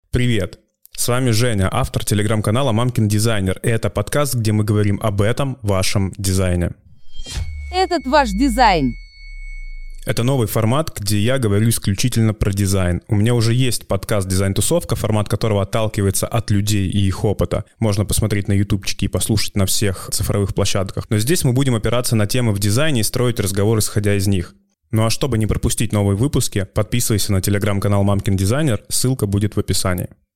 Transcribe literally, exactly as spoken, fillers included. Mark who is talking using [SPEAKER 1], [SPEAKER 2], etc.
[SPEAKER 1] Привет! С вами Женя, автор телеграм-канала «Мамкин дизайнер». И это подкаст, где мы говорим об этом вашем дизайне.
[SPEAKER 2] Этот ваш дизайн.
[SPEAKER 1] Это новый формат, где я говорю исключительно про дизайн. У меня уже есть подкаст «Дизайн-тусовка», формат которого отталкивается от людей и их опыта. Можно посмотреть на ютубчике и послушать на всех цифровых площадках. Но здесь мы будем опираться на темы в дизайне и строить разговор, исходя из них. Ну а чтобы не пропустить новые выпуски, подписывайся на телеграм-канал «Мамкин дизайнер», ссылка будет в описании.